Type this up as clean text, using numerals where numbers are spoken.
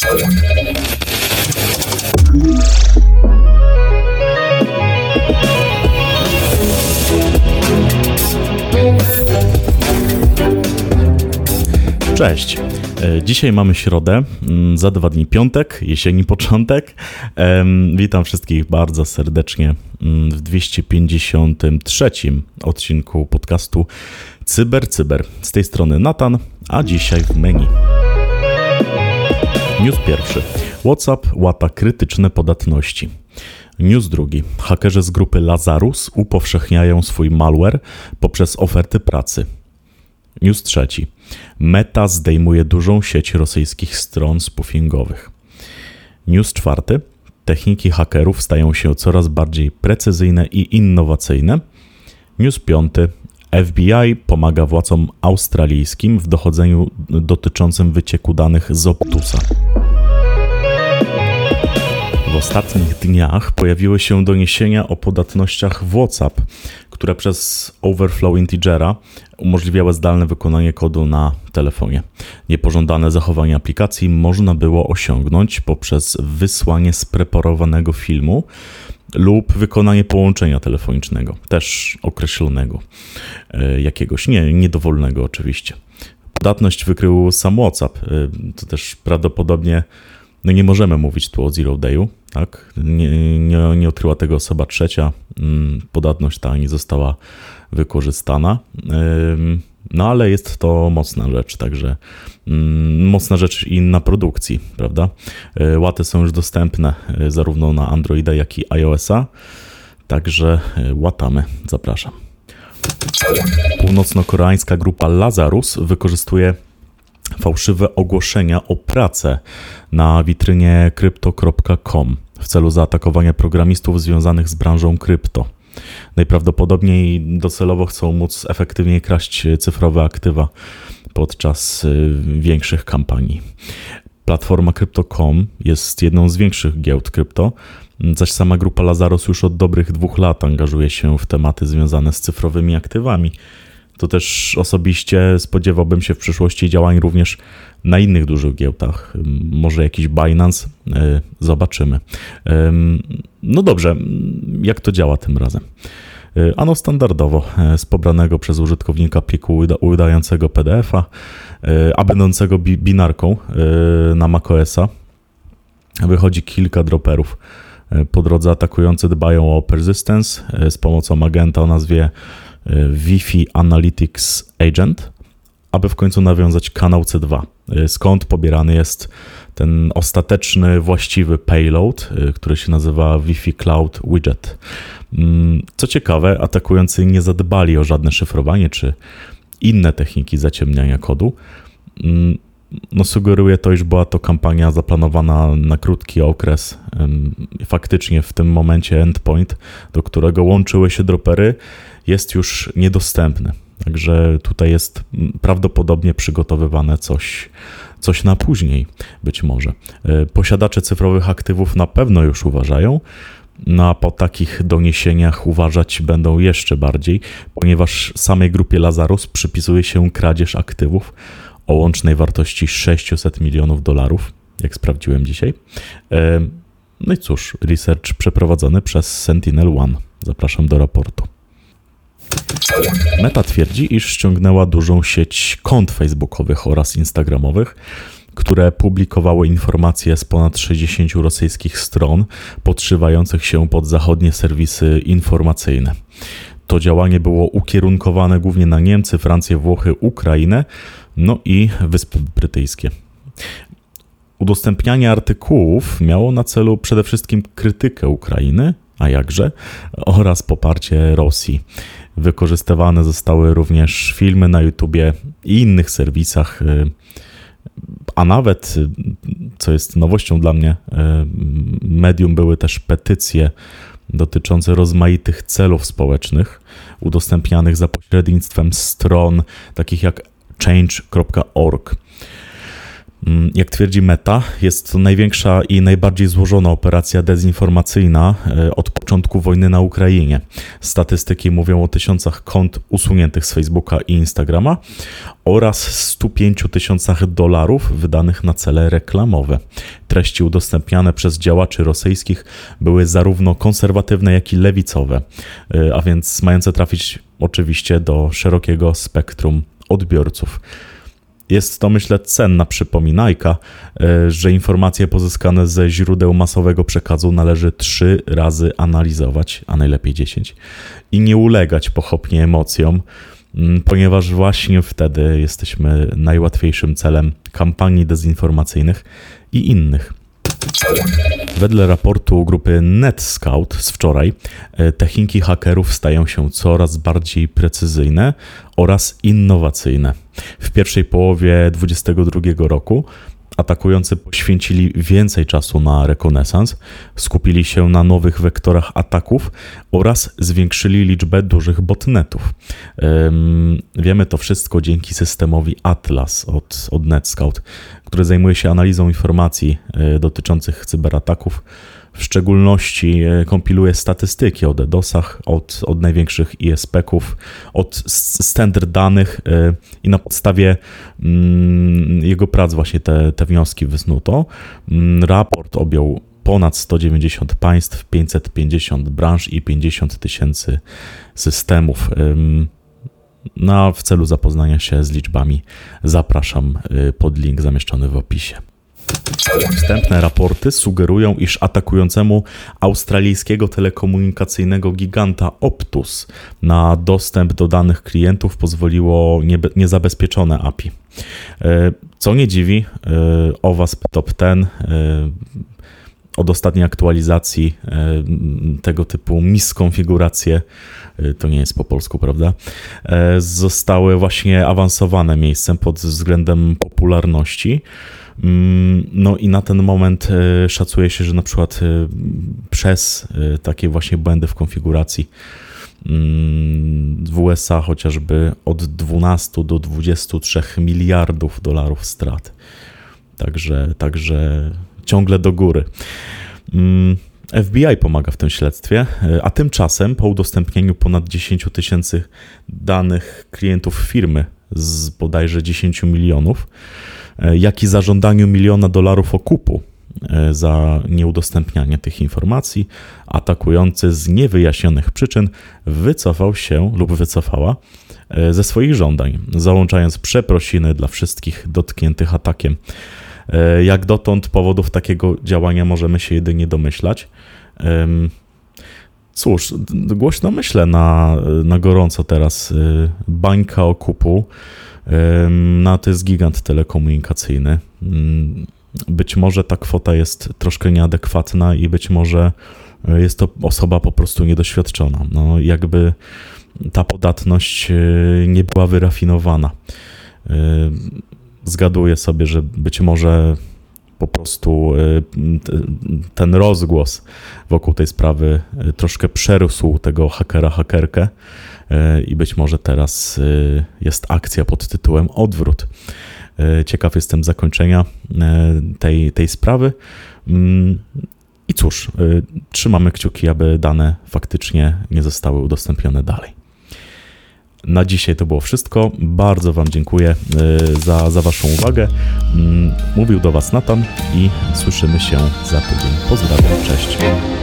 Cześć. Dzisiaj mamy środę, za 2 dni piątek, jesieni początek. Witam wszystkich bardzo serdecznie w 253 odcinku podcastu Cyber. Z tej strony Natan, a dzisiaj w menu. News pierwszy. WhatsApp łata krytyczne podatności. News drugi. Hakerzy z grupy Lazarus upowszechniają swój malware poprzez oferty pracy. News trzeci. Meta zdejmuje dużą sieć rosyjskich stron spoofingowych. News czwarty. Techniki hakerów stają się coraz bardziej precyzyjne i innowacyjne. News piąty. FBI pomaga władcom australijskim w dochodzeniu dotyczącym wycieku danych z Optusa. W ostatnich dniach pojawiły się doniesienia o podatnościach w WhatsApp, które przez overflow integera umożliwiały zdalne wykonanie kodu na telefonie. Niepożądane zachowanie aplikacji można było osiągnąć poprzez wysłanie spreparowanego filmu lub wykonanie połączenia telefonicznego, też określonego, jakiegoś, niedowolnego oczywiście. Podatność wykrył sam WhatsApp, to też prawdopodobnie nie możemy mówić tu o Zero Day'u, tak? Nie odkryła tego osoba trzecia, podatność ta nie została wykorzystana, no ale jest to mocna rzecz, także mocna rzecz i na produkcji, prawda? Łaty są już dostępne zarówno na Androida, jak i iOS-a, także łatamy, zapraszam. Północno-koreańska grupa Lazarus wykorzystuje fałszywe ogłoszenia o pracę na witrynie crypto.com w celu zaatakowania programistów związanych z branżą krypto. Najprawdopodobniej docelowo chcą móc efektywniej kraść cyfrowe aktywa podczas większych kampanii. Platforma Crypto.com jest jedną z większych giełd krypto, zaś sama grupa Lazarus już od dobrych 2 lat angażuje się w tematy związane z cyfrowymi aktywami. To też osobiście spodziewałbym się w przyszłości działań również na innych dużych giełdach. Może jakiś Binance? Zobaczymy. No dobrze, jak to działa tym razem? Ano standardowo z pobranego przez użytkownika pliku udającego PDF-a, a będącego binarką na macOS-a wychodzi kilka droperów. Po drodze atakujący dbają o persistence z pomocą agenta o nazwie Wi-Fi Analytics Agent, aby w końcu nawiązać kanał C2, skąd pobierany jest ten ostateczny, właściwy payload, który się nazywa Wi-Fi Cloud Widget. Co ciekawe, atakujący nie zadbali o żadne szyfrowanie czy inne techniki zaciemniania kodu. No, sugeruje to, iż była to kampania zaplanowana na krótki okres. Faktycznie w tym momencie endpoint, do którego łączyły się dropery, jest już niedostępny. Także tutaj jest prawdopodobnie przygotowywane coś na później, być może. Posiadacze cyfrowych aktywów na pewno już uważają, no a po takich doniesieniach uważać będą jeszcze bardziej, ponieważ samej grupie Lazarus przypisuje się kradzież aktywów o łącznej wartości $600 milionów, jak sprawdziłem dzisiaj. No i cóż, research przeprowadzony przez Sentinel-One. Zapraszam do raportu. Meta twierdzi, iż ściągnęła dużą sieć kont facebookowych oraz instagramowych, które publikowały informacje z ponad 60 rosyjskich stron podszywających się pod zachodnie serwisy informacyjne. To działanie było ukierunkowane głównie na Niemcy, Francję, Włochy, Ukrainę, no i Wyspy Brytyjskie. Udostępnianie artykułów miało na celu przede wszystkim krytykę Ukrainy, a jakże, oraz poparcie Rosji. Wykorzystywane zostały również filmy na YouTubie i innych serwisach, a nawet, co jest nowością dla mnie, medium były też petycje dotyczące rozmaitych celów społecznych, udostępnianych za pośrednictwem stron takich jak change.org. Jak twierdzi Meta, jest to największa i najbardziej złożona operacja dezinformacyjna od początku wojny na Ukrainie. Statystyki mówią o tysiącach kont usuniętych z Facebooka i Instagrama oraz 105 tysiącach dolarów wydanych na cele reklamowe. Treści udostępniane przez działaczy rosyjskich były zarówno konserwatywne, jak i lewicowe, a więc mające trafić oczywiście do szerokiego spektrum odbiorców. Jest to, myślę, cenna przypominajka, że informacje pozyskane ze źródeł masowego przekazu należy 3 razy analizować, a najlepiej 10, i nie ulegać pochopnie emocjom, ponieważ właśnie wtedy jesteśmy najłatwiejszym celem kampanii dezinformacyjnych i innych. Wedle raportu grupy NetScout z wczoraj, techniki hakerów stają się coraz bardziej precyzyjne oraz innowacyjne. W pierwszej połowie 2022 roku atakujący poświęcili więcej czasu na rekonesans, skupili się na nowych wektorach ataków oraz zwiększyli liczbę dużych botnetów. Wiemy to wszystko dzięki systemowi Atlas od NetScout, który zajmuje się analizą informacji dotyczących cyberataków. W szczególności kompiluje statystyki o DDoS-ach, od największych ISP-ków, od standard danych i na podstawie jego prac właśnie te wnioski wysnuto. Raport objął ponad 190 państw, 550 branż i 50 tysięcy systemów. W celu zapoznania się z liczbami zapraszam pod link zamieszczony w opisie. Wstępne raporty sugerują, iż atakującemu australijskiego telekomunikacyjnego giganta Optus na dostęp do danych klientów pozwoliło niezabezpieczone API. Co nie dziwi, OWASP Top 10 od ostatniej aktualizacji tego typu miskonfiguracje, to nie jest po polsku, prawda, zostały właśnie awansowane miejscem pod względem popularności. No i na ten moment szacuje się, że na przykład przez takie właśnie błędy w konfiguracji w USA chociażby od 12 do 23 miliardów dolarów strat. Także ciągle do góry. FBI pomaga w tym śledztwie, a tymczasem po udostępnieniu ponad 10 tysięcy danych klientów firmy z bodajże 10 milionów, jak i zażądaniu $1 milion okupu za nieudostępnianie tych informacji, atakujący z niewyjaśnionych przyczyn wycofał się lub wycofała ze swoich żądań, załączając przeprosiny dla wszystkich dotkniętych atakiem. Jak dotąd powodów takiego działania możemy się jedynie domyślać. Cóż, głośno myślę na gorąco teraz. Bańka okupu, to jest gigant telekomunikacyjny. Być może ta kwota jest troszkę nieadekwatna i być może jest to osoba po prostu niedoświadczona. No, jakby ta podatność nie była wyrafinowana. Zgaduję sobie, że być może po prostu ten rozgłos wokół tej sprawy troszkę przerósł tego hakerkę i być może teraz jest akcja pod tytułem Odwrót. Ciekaw jestem zakończenia tej sprawy. I cóż, trzymamy kciuki, aby dane faktycznie nie zostały udostępnione dalej. Na dzisiaj to było wszystko. Bardzo Wam dziękuję za Waszą uwagę. Mówił do Was Natan i słyszymy się za tydzień. Pozdrawiam, cześć.